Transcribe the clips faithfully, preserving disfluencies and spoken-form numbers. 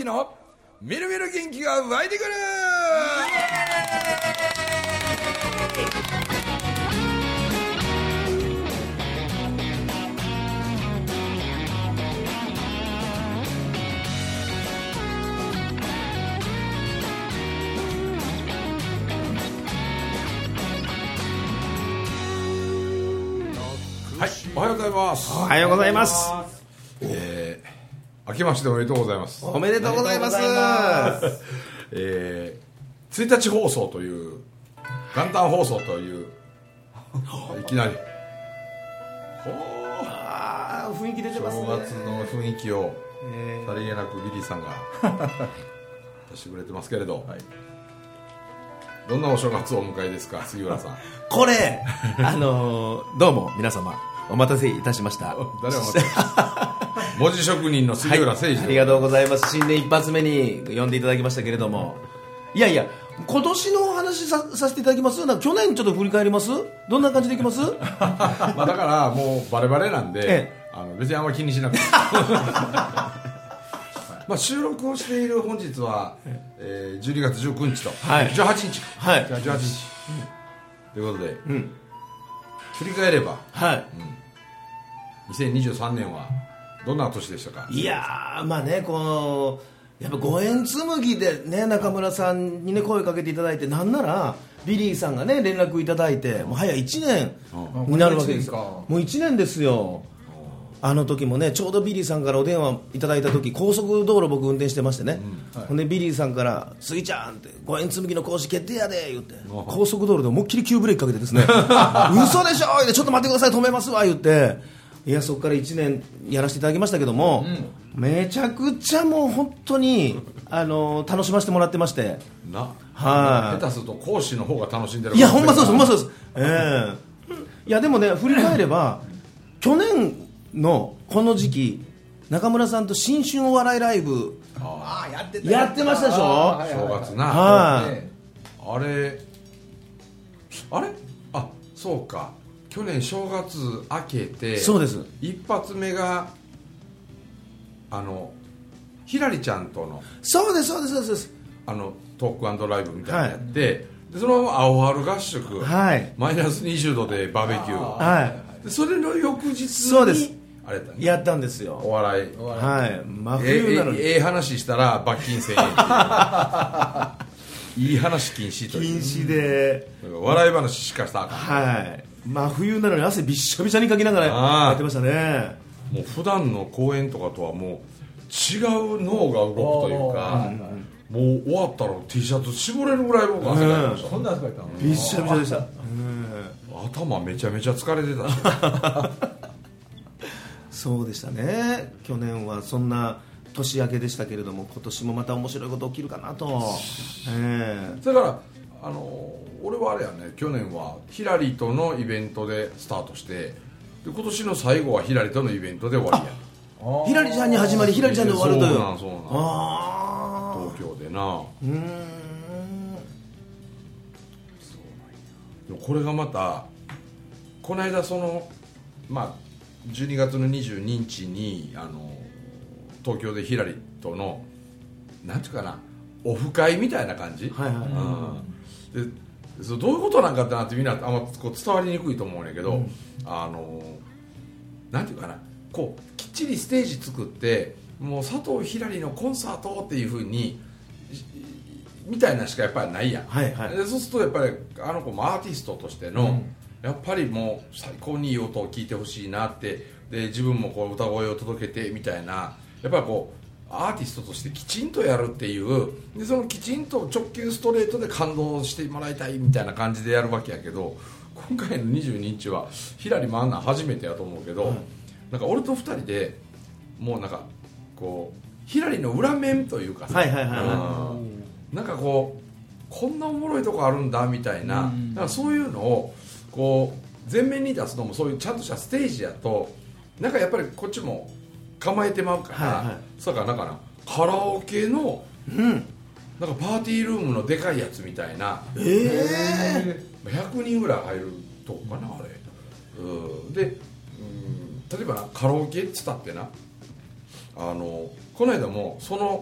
のみるみる元気が湧いてくる。はい、おはようございます。 おはようございます。 えー、明けましておめでとうございます。 おめでとうございます。 えー、ついたち放送という元旦放送といういきなりあー雰囲気出てますね。 正月の雰囲気をさりげなくビリーさんが出してくれてますけれど、はい、どんなお正月をお迎えですか、杉浦さん。 これあのー、どうも皆様お待たせいたしました。 誰を待たせ文字職人の杉浦誠二、はい、 ありがとうございます。新年一発目に呼んでいただきましたけれども、いやいや今年のお話 さ, させていただきます。なんか去年ちょっと振り返ります。どんな感じでいきますまあだからもうバレバレなんで、ええ、あの別にあんまり気にしなくてまあ収録をしている本日は、えー、じゅうにがつじゅうくにちと、はい、じゅうはちにちか、はい、じゅうはちにち、うん、ということで、うん、振り返れば、はい、うん、にせんにじゅうさんねんはどんな年でしたか。 いやーまあね、このやっぱご縁紡ぎでね、中村さんにね声かけていただいて、なんならビリーさんがね連絡いただいて、もう早いちねんになるわけですよ。もういちねんですよ。あの時もね、ちょうどビリーさんからお電話いただいた時、高速道路僕運転してましてね、うん、はい、ほんでビリーさんから「スイちゃん」って「ご縁紡ぎの講師決定やで」言って、高速道路で思いっきり急ブレーキかけてですね嘘でしょー、ちょっと待ってください止めますわ言って、いやそこからいちねんやらせていただきましたけども、うん、めちゃくちゃもう本当にあの楽しませてもらってましてな、はい、下手すると講師の方が楽しんでる。 いやほんまそうですほんまそうです、えー、いやでもね振り返れば去年のこの時期、中村さんと新春お笑いライブあやってたやってましたでしょ、 正月な、 はい、 あれあれあそうか、去年正月明けて、 そうです、 一発目があのひらりちゃんとの、 そうですそうですそうです、 あのトーク&ライブみたいなのやって、はい、でそのまま青春合宿、はい、マイナスにじゅうどでバーベキュー、はい、でそれの翌日にそうですあれだ、ね、 やったんですよ、 お笑い、 はい、真冬なのにええええ話したら罰金せんえんっていういい話禁止という、 禁止で笑い話しかしたらあかん、 はい、真冬なのに汗びっしゃびしゃにかきながらやってましたね。 もう普段の公演とかとはもう違う脳が動くというか、もう終わったら T シャツ絞れるぐらい僕汗かいてました、うん、そんな汗かいたのびっしゃびしゃでした、うん、 頭めちゃめちゃ疲れてたしそうでしたね。去年はそんな年明けでしたけれども、今年もまた面白いこと起きるかなと、えー、それからあの俺はあれやね、去年はヒラリとのイベントでスタートして、で今年の最後はヒラリとのイベントで終わりや。 ヒラリちゃんに始まりヒラリちゃんで終わるという。 そうなんそうなん、あ東京でな、うーん、そうなんや。これがまたこの間そのまあじゅうにがつのにじゅうににちにあの東京でヒラリとのなんていうかな、オフ会みたいな感じ、はいはいはい、うん、でそどういうことなんかってなってみんなあんまこう伝わりにくいと思うんやけど、うん、あのなんていうかな、こうきっちりステージ作ってもう佐藤ひらりのコンサートっていう風にみたいなしかやっぱりないやん、はいはい、でそうするとやっぱりあの子もアーティストとしての、うん、やっぱりもう最高にいい音を聴いてほしいなって、で自分もこう歌声を届けてみたいな、やっぱりこうアーティストとしてきちんとやるっていう、でそのきちんと直球ストレートで感動してもらいたいみたいな感じでやるわけやけど、今回のにじゅうににちはひらりもあんなん初めてやと思うけど、うん、なんか俺とふたりでもうなんかこうひらりの裏面というかさ、はいはいはいはい、なんかこうこんなおもろいとこあるんだみたいな、うん、なんかそういうのをこう前面に出すのもそういうちゃんとしたステージやとなんかやっぱりこっちも構えてまうから、はいはい、そうかなんかなカラオケの、うん、なんかパーティールームのでかいやつみたいな、えー、ひゃくにんぐらい入るとこかなあれ、うん、で、うん、例えばなカラオケっつったってな、あのこの間もその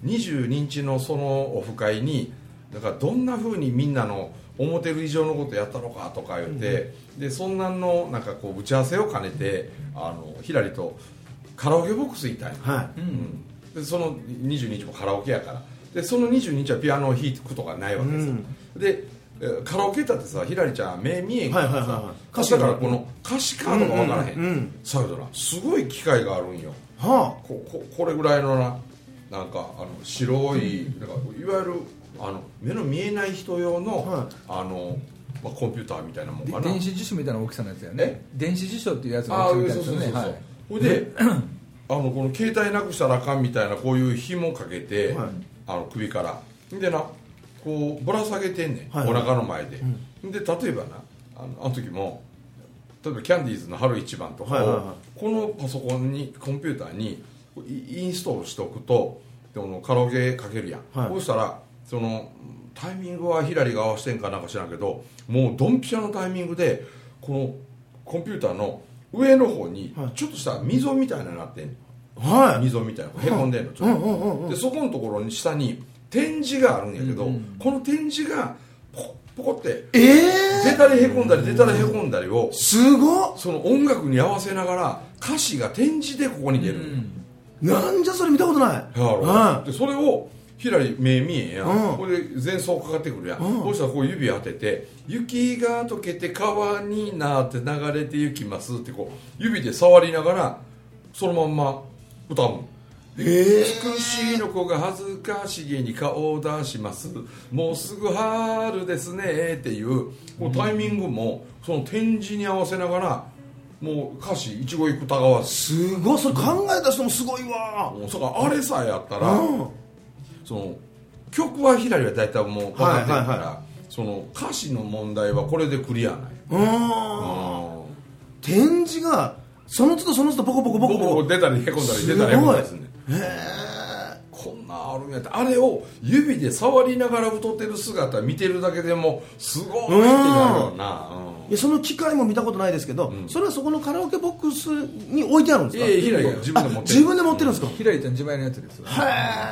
にじゅうににちのそのオフ会にだからどんな風にみんなの思ってる以上のことやったのかとか言って、うん、でそんなんのなんかこう打ち合わせを兼ねてあのひらりとカラオケボックス行ったんや、はいうん、でそのにじゅうににちもカラオケやからでそのにじゅうににちはピアノを弾くとかないわけですよ、うん、でカラオケだってさひらりちゃん目見えんからさ、はいはいはい、歌詞だからこの歌詞カードが分からへん、うんうんうん、さあすごい機械があるんよ、はあ、こ, こ, これぐらいのななんかあの白いなんかいわゆるあの目の見えない人用の、はい、あのまあ、コンピューターみたいなもんかな電子辞書みたいな大きさのやつやね電子辞書っていうやつの大きさみたいなやつねほいであのこの携帯なくしたらあかんみたいなこういう紐かけて、はい、あの首からでなこうぶら下げてんねん、はい、お腹の前で、うん、で例えばなあのあの時も例えばキャンディーズの春一番とかを、はいはいはい、このパソコンにコンピューターにインストールしておくとでもカラオケかけるやん、はい、そうしたらそのタイミングはヒラリが合わせてんかなんか知らんけどもうドンピシャのタイミングでこのコンピューターの上の方にちょっとした溝みたいなのになってん、はい、溝みたいなへこんでんのちょっと、うんうんうん、でそこのところに下に点字があるんやけど、うんうん、この点字がポコポコって、えー、出たりへこんだり出たりへこんだりをすごっその音楽に合わせながら歌詞が点字でここに出る、うん、 なんじゃそれ見たことない、 はい、でそれをひらり目見えやん、うん、これで前奏かかってくるやん、うん、そうしたらこう指当てて雪が溶けて川になって流れて行きますってこう指で触りながらそのまんま歌う。美しいの子が恥ずかしげに顔を出しますもうすぐ春ですねっていうこうタイミングもその展示に合わせながらもう歌詞一語一句たがわずすごいそれ考えた人もすごいわ。 もうそれあれさえやったら、うん、その曲はひらりは大体もう分かってるから、はいはいはい、その歌詞の問題はこれでクリアない。 うん展示がその都度その都度ポコポコポコポコ出たりへこんだり出たりへこんだりですね。へこんなあるんやってあれを指で触りながら歌ってる姿見てるだけでもすごいってなるよな、 うん、いやその機械も見たことないですけど、うん、それはそこのカラオケボックスに置いてあるんですか。 いやいやひらりが自分で持ってる自分で持ってるんですか。 ひらりちゃん自前のやつですよ、ね、へ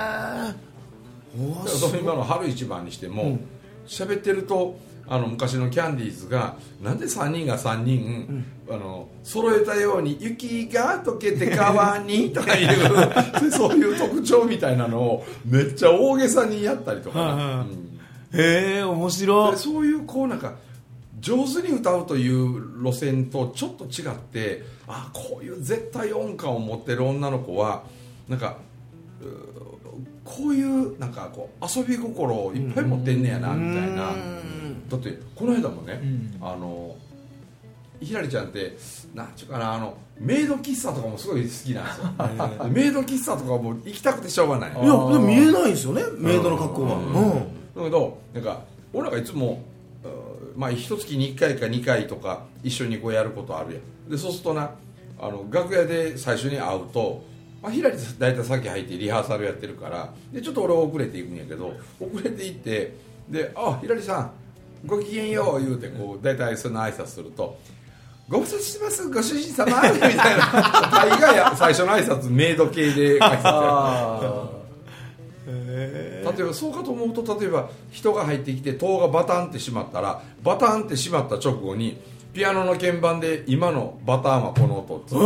えその今の春一番にしても喋、うん、ってるとあの昔のキャンディーズがなんでさんにんがさんにん、うん、あの揃えたように雪が溶けて川にとかいうそういう特徴みたいなのをめっちゃ大げさにやったりとか、はいはいうん、へえ面白い。 そういうこうなんか上手に歌うという路線とちょっと違ってあこういう絶対音感を持ってる女の子はなんかこういうなんかこう遊び心をいっぱい持ってんねやなみたいな。だってこの間もね、うん、あのひらりちゃんってなんちゅうかなあのメイド喫茶とかもすごい好きなんですよメイド喫茶とかも行きたくてしょうがない。いやでも見えないんですよねメイドの格好は、うんうんうん、 だけどなんか俺らがいつもまあ一月にいっかいかにかいとか一緒にこうやることあるやん。でそうするとなあの楽屋で最初に会うと、まあ、ひらり大体先入ってリハーサルやってるからでちょっと俺遅れていくんやけど遅れていってであひらりさんごきげんよう言うてこう大体その挨拶するとご無沙汰してますご主人様みたいな大概最初の挨拶メイド系で挨拶やる例えばそうかと思うと例えば人が入ってきて塔がバタンってしまったらバタンってしまった直後にピアノの鍵盤で今のバタンはこの音っつって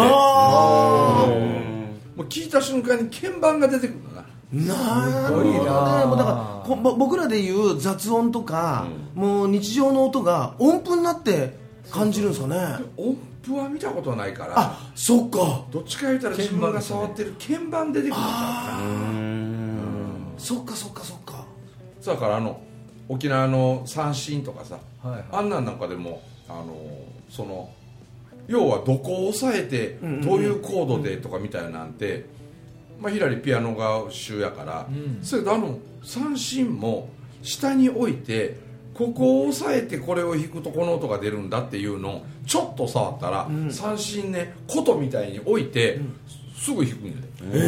もう聞いた瞬間に鍵盤が出てくるんだな。 なるほどね。もうだから僕らでいう雑音とか、うん、もう日常の音が音符になって感じるんですかね。 音符は見たことないからあそっかどっちか言ったら自分が触ってる鍵盤出てくるんだからうんそっかそっかそっか。 だからあの沖縄の三線とかさ、はいはい、あんなんなんかでもあのその要はどこを押さえてどういうコードでとかみたいなんて、まあ、ひらりピアノが主やから、うん、それとあの三振も下に置いてここを押さえてこれを弾くとこの音が出るんだっていうのをちょっと触ったら、うん、三振ね琴みたいに置いて、うん、すぐ弾くんやで、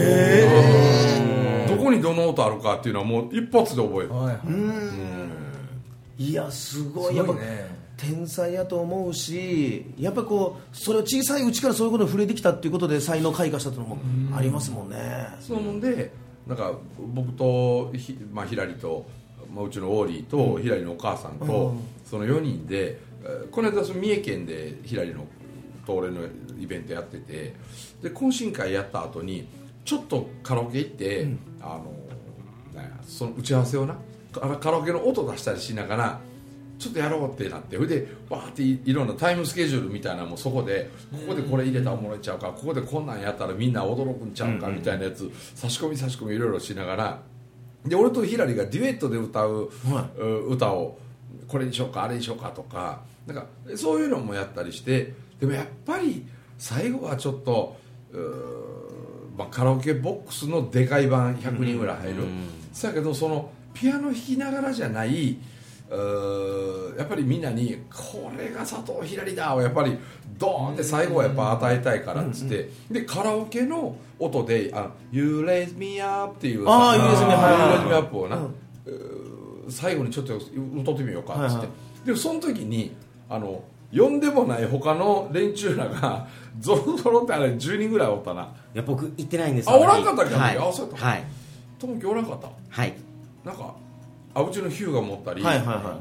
えー、どこにどの音あるかっていうのはもう一発で覚える、はいはい、うんいやすごい、すごいね、やっぱ天才やと思うしやっぱこうそれを小さいうちからそういうことに触れてきたっていうことで才能開花したっていうのもありますもんね。 そうもんでなんか僕とひ、まあ、ヒラリと、まあ、うちのオーリーと、うん、ヒラリのお母さんと、うん、そのよにんでこの間その三重県でヒラリのと俺のイベントやってて、で懇親会やった後にちょっとカラオケ行って、うん、あのなんやその打ち合わせをなカラオケの音出したりしながらちょっとやろうってなって、それでバーって い, いろんなタイムスケジュールみたいなのもそこでここでこれ入れたらおもろいちゃうか、ここでこんなんやったらみんな驚くんちゃうかみたいなやつ、うんうん、差し込み差し込みいろいろしながら、で俺とヒラリがデュエットで歌う、はい、歌をこれにしようかあれにしようかとか、なんかそういうのもやったりして、でもやっぱり最後はちょっと、まあ、カラオケボックスのでかい版ひゃくにんぐらい入る、うんうん、そうやけどそのピアノ弾きながらじゃない、やっぱりみんなにこれが佐藤ひらりだをやっぱりドーンって最後はやっぱ与えたいからっつって、うんうん、でカラオケの音であ You raise me up っていうああ You raise me up をな、うん、最後にちょっと歌ってみようかっつって、はいはい、でその時にあの呼んでもない他の連中らがゾロゾロってあれじゅうにんぐらいおったな。 いや僕行ってないんですよ。 あおらんかったっけ、 はい、 あそうやった、 はい、 ともきおらんかった。 はい、 なんかあうちのヒューが持ったり、 はいはいはい、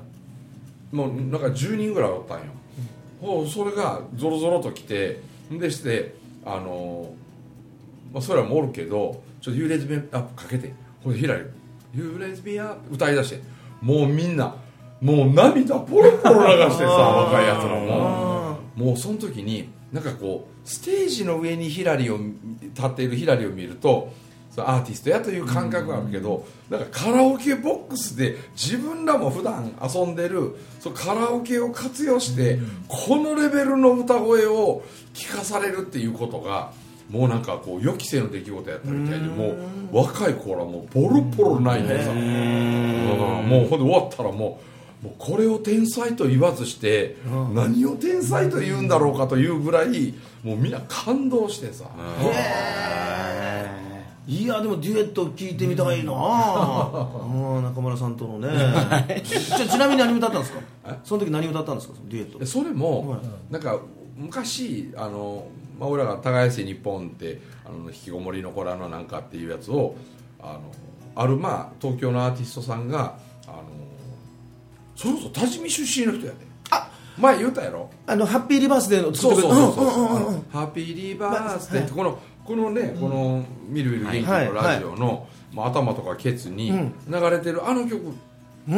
もうなんかじゅうにんぐらいおったんよ、うん、それがゾロゾロと来てでしてあの、まあ、それはもおるけどちょっと You raise me up かけてこれひらり You raise me up 歌い出して、もうみんなもう涙ポロポロ流してさ若いやつらももうその時になんかこうステージの上にヒラリを立っているヒラリを見るとアーティストやという感覚があるけど、なんかカラオケボックスで自分らも普段遊んでるそのカラオケを活用してこのレベルの歌声を聞かされるっていうことがもうなんかこう予期せぬ出来事やったみたいで、もう若い子らもうボロボロ泣いてさ、もうほんで終わったらもうもうこれを天才と言わずして何を天才と言うんだろうかというぐらいもうみんな感動してさ、 いやでもデュエット聞いてみたいなあ中村さんとのねち, ちなみに何歌ったんですかその時何歌ったんですかそのデュエット。 それも、はい、なんか昔あの、まあ、俺らが耕せ日本ってあの引きこもりの子らのなんかっていうやつをあのあるまあ東京のアーティストさんがあのそれこそ多治見出身の人やで、 あ前言うたやろあのハッピーリバースデーのそうそうそうそうハッピーリバースデーってこのこのね、このみるみる元気のラジオの、はいはい、まあ、頭とかケツに流れてるあの曲、 うん、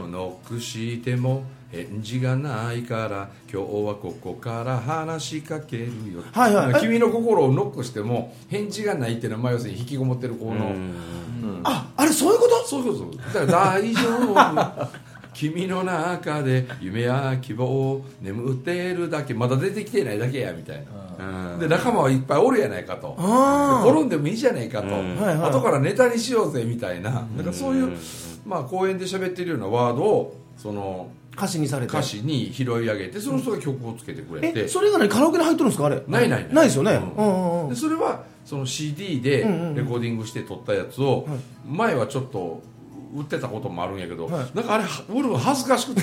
ノックしても返事がないから今日はここから話しかけるよ、 はいはい、 君の心をノックしても返事がないっていうのは、まあ、要するに引きこもってる子の、うんうん、あ、あれそういうこと？ そういうことだから大丈夫君の中で夢や希望眠っているだけまだ出てきてないだけやみたいな、で仲間はいっぱいおるやないかと、転んでもいいじゃないかと、後からネタにしようぜみたいな、なんかそういう、まあ、公園で喋ってるようなワードをその歌詞にされて歌詞に拾い上げてその人が曲をつけてくれて、 えそれが何カラオケに入ってるんですかあれ？ ないないないですよね、 うんうんうん、でそれはその シーディー でレコーディングして撮ったやつを、うんうん、前はちょっと売ってたこともあるんやけど、はい、なんかあれ売るの恥ずかしくて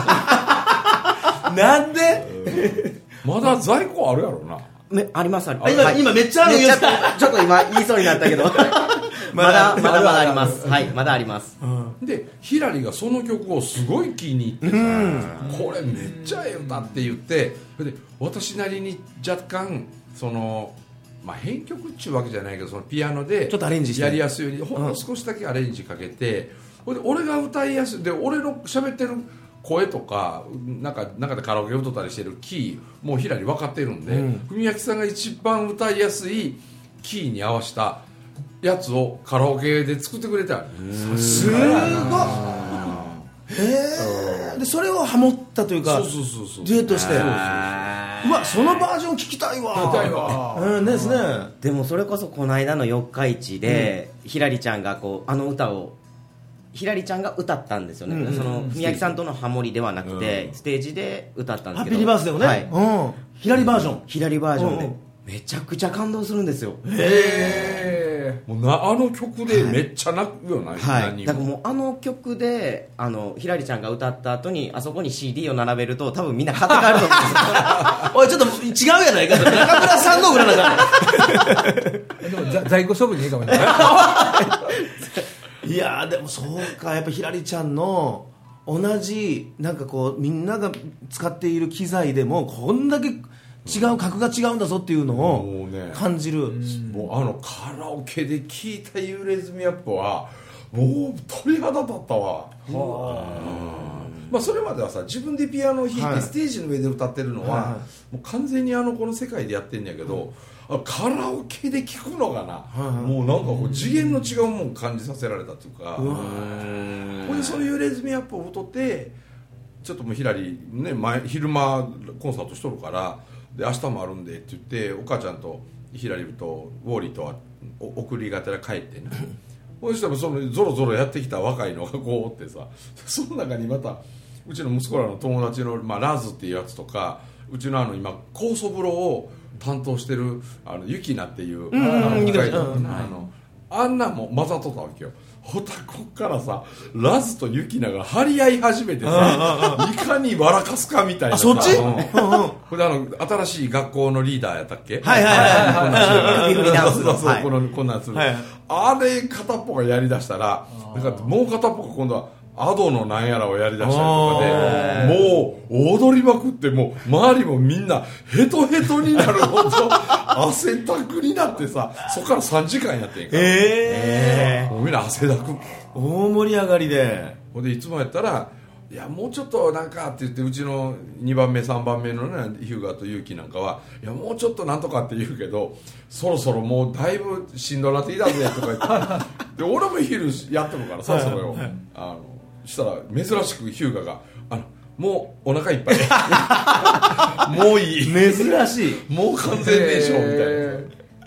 なんでまだ在庫あるやろな。 めありますあります。今、はい、今めっちゃあるんですか。ちょっと今言いそうになったけどまだまだまだあります。はいまだあります、 うん、でヒラリがその曲をすごい気に入ってさ、うん、これめっちゃええ歌って言って、それで私なりに若干そのまあ、編曲っちゅうわけじゃないけどそのピアノでちょっとアレンジしてやりやすいようにほんの少しだけアレンジかけて、うん、で俺が歌いやすいで俺の喋ってる声とかなんか中でカラオケ歌ったりしてるキーもうひらり分かってるんで、うん、文明さんが一番歌いやすいキーに合わせたやつをカラオケで作ってくれてある。 すごいへえ。でそれをハモったというかそうそうそうそうデュエットしてうわそのバージョン聞きたいわ聞きたいわ、 うんですね、 でもそれこそこの間の四日市で、うん、ひらりちゃんがこうあの歌をひらりちゃんが歌ったんですよね、うん、その宮城さんとのハモリではなくて、うん、ステージで歌ったんですけどハッピーリバースでもね、はいうん、ひらりバージョンひらりバージョンで、うん、めちゃくちゃ感動するんですよ。 へーもうなあの曲でめっちゃ泣くよな、 はい、だからもうあの曲であのひらりちゃんが歌った後にあそこに シーディー を並べると多分みんな買って帰ると思うんですよおいちょっと違うやないか中村さんの裏なんだでも在庫処分にいいかもしれないやでもそうか、やっぱひらりちゃんの同じなんかこうみんなが使っている機材でもこんだけ違う格が違うんだぞっていうのを感じる。 もうあのカラオケで聴いたユーレズミアップはもう鳥肌立ったわ。まあ、それまではさ自分でピアノを弾いてステージの上で歌ってるのは、はい、もう完全にあのこの世界でやってんやけど、はい、カラオケで聴くのがな、はい、もうなんかこう次元の違うもん感じさせられたというか、ほんでそのユーレズミアップを歌ってちょっともうひらり、ね、前昼間コンサートしとるからで明日もあるんでって言ってお母ちゃんとひらりとウォーリーとは送りがてら帰ってねそしたらそのゾロゾロやってきた若いのがこうおってさ、その中にまたうちの息子らの友達の、まあ、ラズっていうやつとかうちのあの今高祖風呂を担当してるあのユキナっていうあんなも混ざっとったわけよ。ほたこっからさラズとユキナが張り合い始めてさいかに笑かすかみたいな。 あそっち、うん、 これあの新しい学校のリーダーやったっけ。 はいはいはいはいこんなやつ、はい、あれ片っぽがやりだしたらなんかもう片っぽが今度はアドのなんやらをやりだしたりとかでもう踊りまくってもう周りもみんなヘトヘトになるほど汗だくになってさそこからさんじかんやってんから、えー、もうみんな汗だく大盛り上がりでほんでいつもやったらいやもうちょっとなんかって言ってうちのにばんめさんばんめのねヒューガーとユウキなんかはいやもうちょっとなんとかって言うけどそろそろもうだいぶしんどなってきたぜとか言ってで俺も昼やってるからさそれをあのしたら珍しくヒューガがあのもうお腹いっぱいもういい珍しいもう完全燃焼みたいな。へ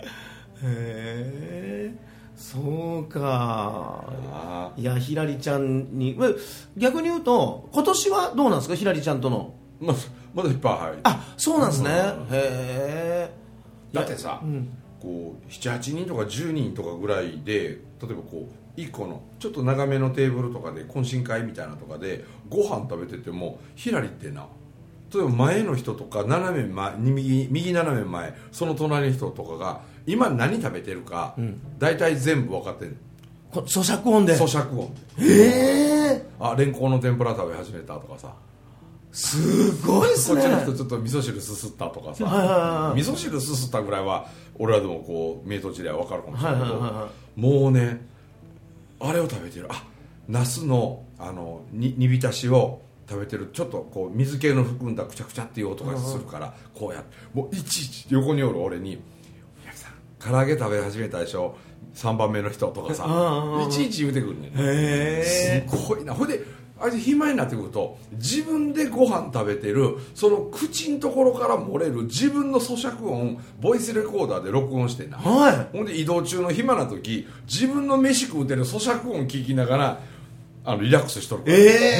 えそうか。いやひらりちゃんに逆に言うと今年はどうなんですかひらりちゃんとの。 ま, まだいっぱい入る。 あそうなんですね、うん、へえ。 だってさ、うん、こうななはちにんとかじゅうにんとかぐらいで例えばこういっこのちょっと長めのテーブルとかで懇親会みたいなとかでご飯食べててもひらりってな例えば前の人とか斜め前右、右斜め前その隣の人とかが今何食べてるか、うん、大体全部分かってる。 咀嚼音で咀嚼音でへえ。 あレンコンの天ぷら食べ始めたとかさすごいっすね。 こっちの人ちょっと味噌汁すすったとかさ、はいはいはい、味噌汁すすったぐらいは俺らでもこう名刀地では分かるかもしれないけど、はいはいはい、もうねあれを食べてるあナスのあのに煮浸しを食べてるちょっとこう水気の含んだくちゃくちゃっていう音がするからこうやってもういちいち横におる俺に宮城さん唐揚げ食べ始めたでしょさんばんめの人とかさいちいち言うてくるねん。へすごいな。ほいであれ暇になってくると自分でご飯食べてるその口のところから漏れる自分の咀嚼音ボイスレコーダーで録音してんな、はい、ほんで移動中の暇な時自分の飯食うてる咀嚼音聞きながらあのリラックスしとるから。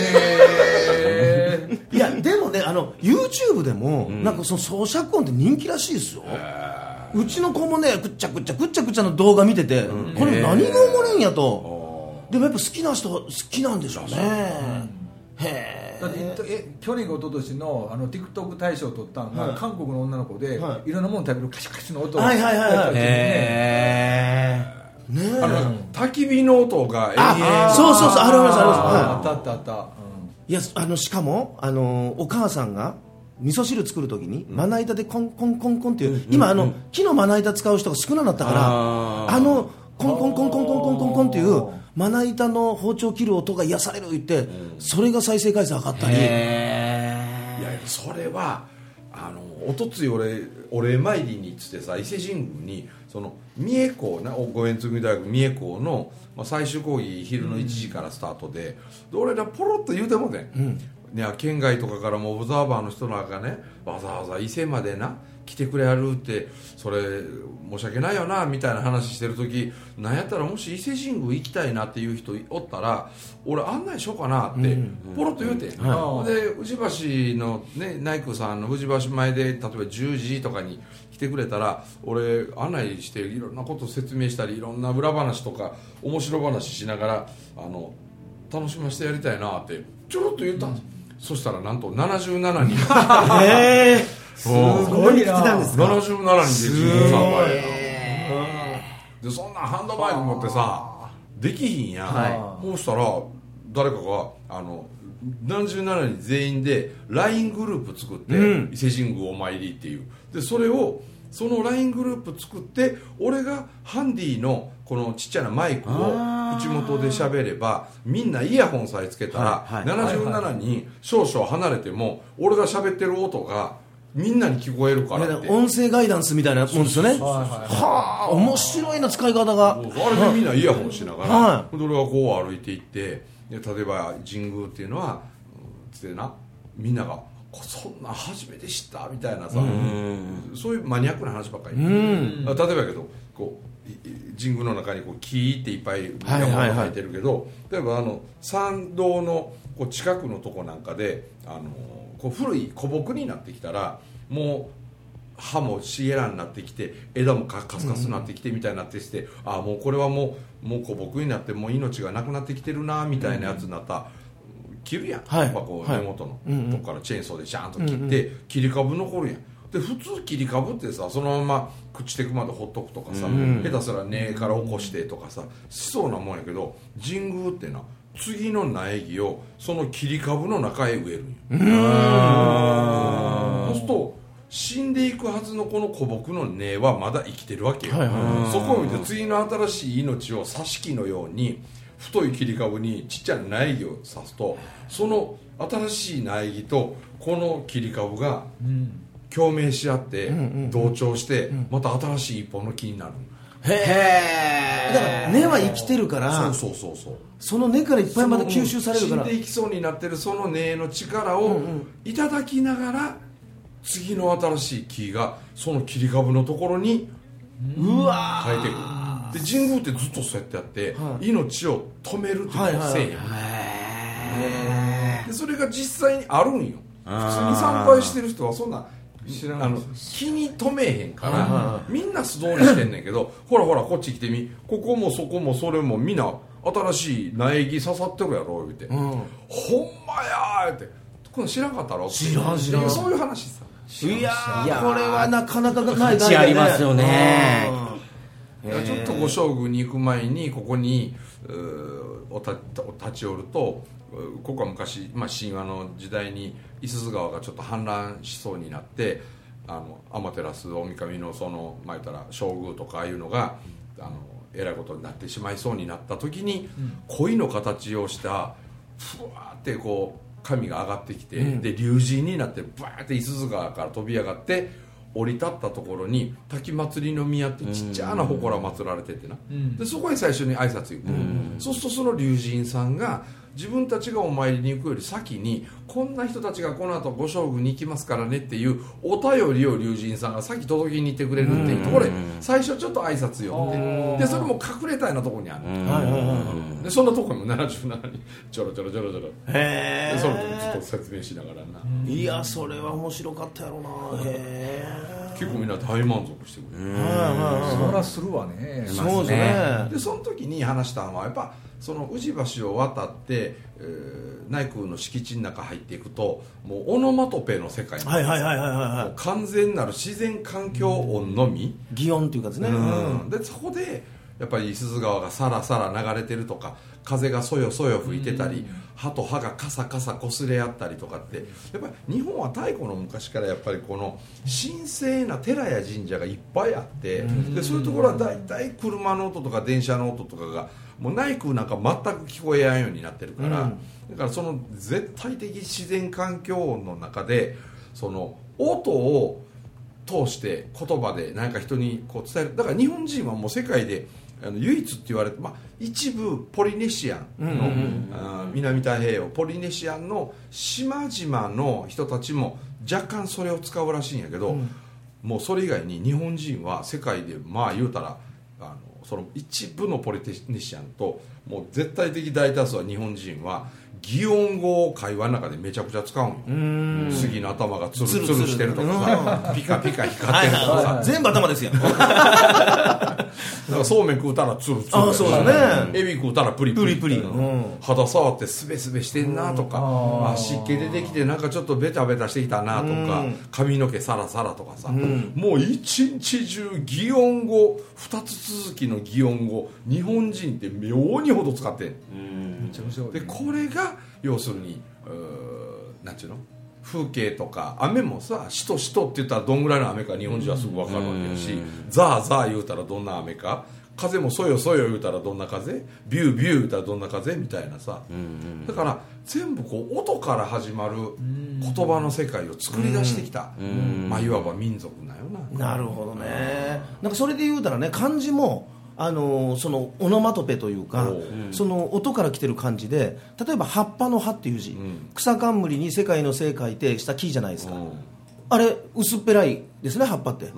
えー、いやでもねあの YouTube でも、うん、なんかその咀嚼音って人気らしいですよ。うちの子もねくっちゃくっちゃくっちゃくちゃの動画見てて、うん、これ何がおもろいんやと。でもやっぱ好きな人は好きなんでしょうね、うん、へだってえ去年か一昨年のあの TikTok 大賞を取ったのが、はい、韓国の女の子で、はい、いろんなもの食べるカシカシの音をはいはいはいはいへーねあの、うん、焚き火の音が永遠そうそうそうあるあるあるあったあったあった、うん、 いやあのしかもあのお母さんが味噌汁作るときにまな板でコンコンコンコンっていう、うん、今あの、うん、木のまな板使う人が少なくなったからあ, あのコンコンコンコンコンコンコンコンっていうまな板の包丁切る音が癒される言って、うん、それが再生回数上がったり。 いやそれはあのおとつい俺お礼参りにっつってさ伊勢神宮にその三重校な五円紬大学三重校の、まあ、最終講義昼のいちじからスタートで、うん、で俺らポロッと言うてもね、うん、いや県外とかからもオブザーバーの人なんかねわざわざ伊勢までな来てくれはるってそれ申し訳ないよなみたいな話してる時なんやったらもし伊勢神宮行きたいなっていう人おったら俺案内しようかなってポロッと言うて、うんうん、で宇治橋の、ね、内宮さんの宇治橋前で例えばじゅうじとかに来てくれたら俺案内していろんなこと説明したりいろんな裏話とか面白話しながらあの楽しませてやりたいなってちょろっと言ったんです、うん、そしたらなんとななじゅうななにんへーすごい来てたんですか。 ななじゅうななにんでじゅうごさんばいでそんなハンドバイク持ってさできひんやん、 はそうしたら誰かがあのななじゅうななにん全員で ライン グループ作って、うん、伊勢神宮お参りっていうでそれをその ライン グループ作って俺がハンディのこのちっちゃなマイクを口元で喋ればみんなイヤホンさえつけたら、はいはい、ななじゅうななにん少々離れても俺が喋ってる音がみんなに聞こえるからって、 音声ガイダンスみたいなもんですよね。はあ、面白いな使い方が。 あれでみんなイヤホンしながら、はい、で俺がこう歩いていってで例えば神宮っていうのはつってなみんながそんな初めて知ったみたいなさ、うんそういうマニアックな話ばっかり、うん、例えばやけどこう神宮の中にこう木っていっぱい山が生えてるけど、はいはいはい、例えばあの参道のこう近くのとこなんかであのこう古い古木になってきたらもう葉も茂らんなってきて枝もカスカスになってきてみたいになってきて、うん、ああもうこれはもうもう古木になってもう命がなくなってきてるなみたいなやつになったら、うん、切るやん、はい、こう根元の、はい、とこからチェーンソーでシャーンと切って、うんうん、切り株残るやんで普通切り株ってさそのまま朽ちてくまでほっとくとかさ、うん、下手すら根から起こしてとかさしそうなもんやけど神宮ってな次の苗木をその切り株の中へ植えるんよ。うんそうすると死んでいくはずのこの古木の根はまだ生きてるわけよ、はいはいはい、そこを見て次の新しい命を挿し木のように太い切り株にちっちゃな苗木を刺すとその新しい苗木とこの切り株が共鳴し合って同調してまた新しい一本の木になる。 へえ。だから根は生きてるからそうそうそうそうその根からいっぱいまた吸収されるから死んでいきそうになってるその根の力をいただきながら次の新しい木がその切り株のところにうわ変えていくで神宮ってずっとそうやってやって、はい、命を止めるっていうのをせえへん、はいはい、でそれが実際にあるんよ。普通に参拝してる人はそんな知らないあの気に留めへんから、はい、みんな素通りしてんねんけどほらほらこっち来てみここもそこもそれもみんな新しい苗木刺さってるやろ言うて、うん、ほんまやーってこの知らんかったろ知らん知らんそういう話さいやーこれはなかなかない価値ありますよね。 ちょっとご将軍に行く前にここにおた立ち寄るとここは昔、まあ、神話の時代に五十鈴川がちょっと氾濫しそうになってあの天照大神のその前言ったら将軍とかああいうのがあのえらいことになってしまいそうになった時に、うん、鯉の形をしたふわーってこう神が上がってきて、うん、で龍神になってバーって五十鈴川から飛び上がって降り立ったところに滝祭りの宮ってちっちゃな祠祀られててな、うん、でそこに最初に挨拶言って、うん、そうするとその龍神さんが自分たちがお参りに行くより先にこんな人たちがこの後ご将軍に行きますからねっていうお便りを龍神さんが先届けに行ってくれるっていうところで最初ちょっと挨拶よってでそれも隠れたようなところにあるでそんなところにもななじゅうななにちょろちょろちょろちょろへえそれとずっと説明しながらないやそれは面白かったやろなへえ結構みんな大満足してくれるそりゃするわねそうですねでその時に話したのはやっぱその宇治橋を渡って、えー、内宮の敷地の中入っていくともうオノマトペの世界に、 はいはいはいはいはい、 完全なる自然環境音のみ、 うん、擬音っていうかですね、 うん、でそこでやっぱり五十鈴川がさらさら流れてるとか風がそよそよ吹いてたり、うん、歯と歯がカサカサ擦れ合ったりとかってやっぱり日本は太古の昔からやっぱりこの神聖な寺や神社がいっぱいあって、うん、でそういうところは大体車の音とか電車の音とかがもう内宮なんか全く聞こえやんようになってるから、うん、だからその絶対的自然環境音の中でその音を通して言葉で何か人にこう伝えるだから日本人はもう世界であの唯一って言われて、まあ、一部ポリネシアンの、うんうんうん、あ南太平洋ポリネシアンの島々の人たちも若干それを使うらしいんやけど、うん、もうそれ以外に日本人は世界でまあ言うたらあのその一部のポリネシアンともう絶対的大多数は日本人は擬音語を会話の中でめちゃくちゃ使うんよ。杉の頭がツルツルしてるとかさ、ピカピカ光ってるとかさ、 全部頭ですよ。 だからそうめん食うたらツルツル、 あ、そうだね。 エビ食うたらプリプリプリプリ、うん、 肌触ってスベスベしてんなとか、あ、湿気出てきてなんかちょっとベタベタしてきたなとか、髪の毛サラサラとかさ、うん、もう一日中擬音語二つ続きの擬音語、日本人って妙にほど使ってん。でこれが要するになんちゅうの、風景とか雨もさ、しとしとって言ったらどんぐらいの雨か日本人はすぐ分かるわけやし、ザーザー言うたらどんな雨か、風もそよそよ言うたらどんな風、ビュービュー言うたらどんな風みたいなさ、だから全部こう音から始まる言葉の世界を作り出してきた、まあいわば民族だよな。 なるほどね。なんかそれで言うたらね、漢字もあのー、そのオノマトペというか、その音から来てる感じで、例えば葉っぱの葉っていう字、うん、草冠に世界の世書いて下木じゃないですか、あれ薄っぺらいですね、葉っぱって、うん、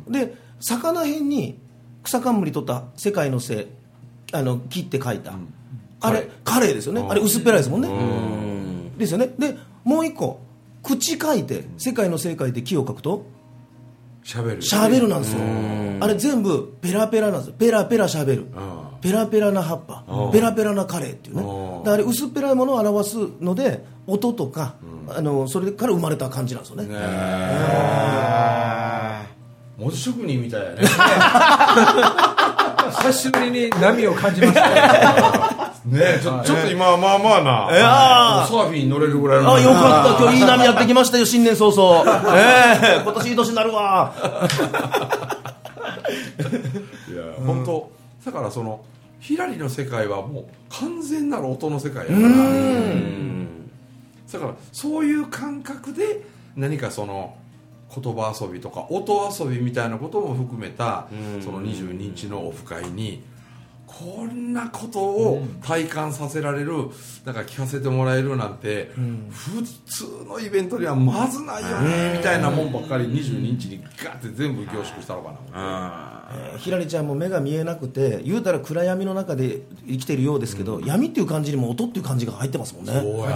で魚辺に草冠取った世界の世、あの木って書いた、うん、あれカレーですよね、あれ薄っぺらいですもんね、うんですよね。でもう一個口書いて世界の世書いて木を書くとしゃべるしゃべるなんですよ。あれ全部ペラペラなんですよ。ペラペラしゃべる、ペラペラな葉っぱ、ペラペラなカレーっていうね。であれ薄っぺらいものを表すので音とか、うん、あのそれから生まれた感じなんですよね。 文字職人みたいやね。 久しぶりに波を感じましたねえ、ちょ、ちょっと今はまあまあな、 えー、 サーフィンに乗れるぐらいの。 あ、よかった、今日いい波やってきましたよ、新年早々。えー、今年いい年になるわ。 いや、うん、本当だからそのひらりの世界はもう完全なる音の世界やから、うん、だからそういう感覚で何かその言葉遊びとか音遊びみたいなことも含めた、うん、そのにじゅうににちのオフ会にこんなことを体感させられる、だから聞かせてもらえるなんて、うん、普通のイベントにはまずないよねみたいなもんばっかりにじゅうににちにガーって全部凝縮したのかな。 えー、ひらりちゃんも目が見えなくて言うたら暗闇の中で生きているようですけど、うん、闇っていう感じにも音っていう感じが入ってますもんね。そうや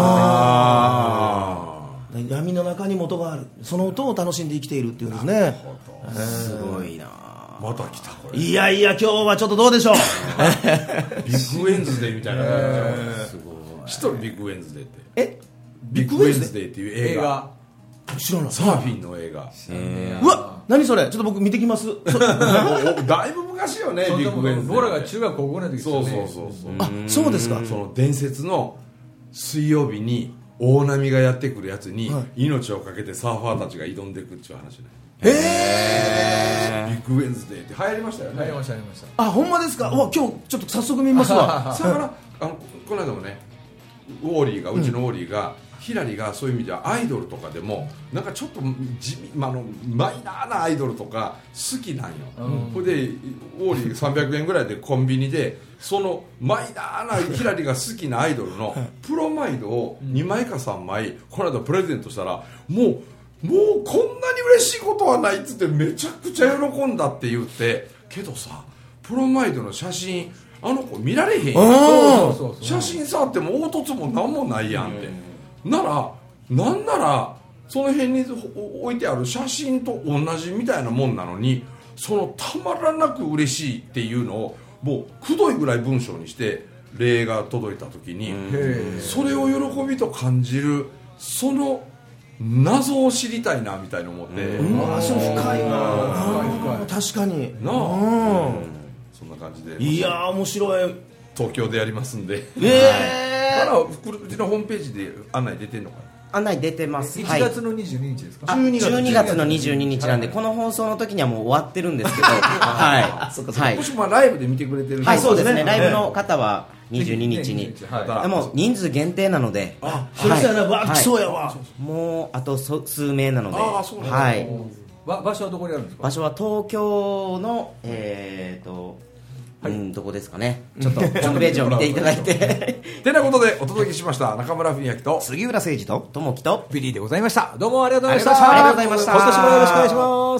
な。闇の中にも音がある、その音を楽しんで生きているっていうんですね。 えー、すごいな。 また来たこれ。 いやいや今日はちょっとどうでしょう。 ビッグウェンズデーみたいな感じ、えー、すごい。知っとるビッグウェンズデーって。 えビッグウェンズデーっていう映画。 知らない。 サーフィンの映画。 うわ何それ、ちょっと僕見てきます。 だいぶ昔よね、ビッグウェンズデー。 僕らが中学高校の時ですよね。 そうそうそうそう。 あ、そうですか。 その伝説の水曜日に大波がやってくるやつに命をかけてサーファーたちが挑んでいくっていう話ね。 へえ。 ビッグウェンズデーって流行りましたよね。 流行りました、流行りました。 あ、ほんまですか。うわ、今日ちょっと早速見ますわ。 だからあのこの間もね、ウォーリーがうちのウォーリーが、うん、ヒラリがそういう意味ではアイドルとかでもなんかちょっと地味、まあ、のマイナーなアイドルとか好きなんよ。それ、うん、でウォーリーさんびゃくえんぐらいでコンビニでそのマイナーなヒラリが好きなアイドルのプロマイドをにまいかさんまいこの間プレゼントしたら、もうもうこんなに嬉しいことはないっつってめちゃくちゃ喜んだって言って、けどさプロマイドの写真あの子見られへんやん。写真触っても凹凸もなんもないやんって、ならなんならその辺に置いてある写真と同じみたいなもんなのに、そのたまらなく嬉しいっていうのをもうくどいぐらい文章にして礼が届いた時に、それを喜びと感じるその謎を知りたいなみたいな思って、 うわ、そう深いな。確かになあ、そんな感じで。 いやー面白い。 東京でやりますんで、 えー、 からうちのホームページで案内出てんのかな。 案内出てます。 いちがつのにじゅうににちですか。 じゅうにがつのにじゅうににちなんで、この放送の時にはもう終わってるんですけど、はい。 そうかそうか。もしもライブで見てくれてる。 はい、そうですね。ライブの方はにじゅうににちに。でも人数限定なので。 あ、それじゃあわ、来そうやわ。 もうあと数名なので。 ああ、そうなんだ。 はい。 場所はどこにあるんですか。 場所は東京のえっと。うん、どこですかね。ちょっとホームページを見ていただいて。 てなことでお届けしました中村文明と杉浦誠二と友樹とビリーでございました。どうもありがとうございました。 ありがとうございました。 今年もよろしくお願いします。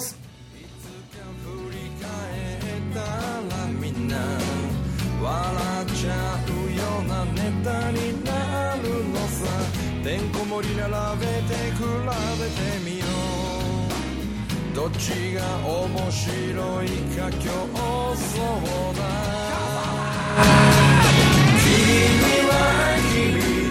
笑っちゃうようなネタになる守り並べて比べてみよう、どっちが面白いか競争だ。君には君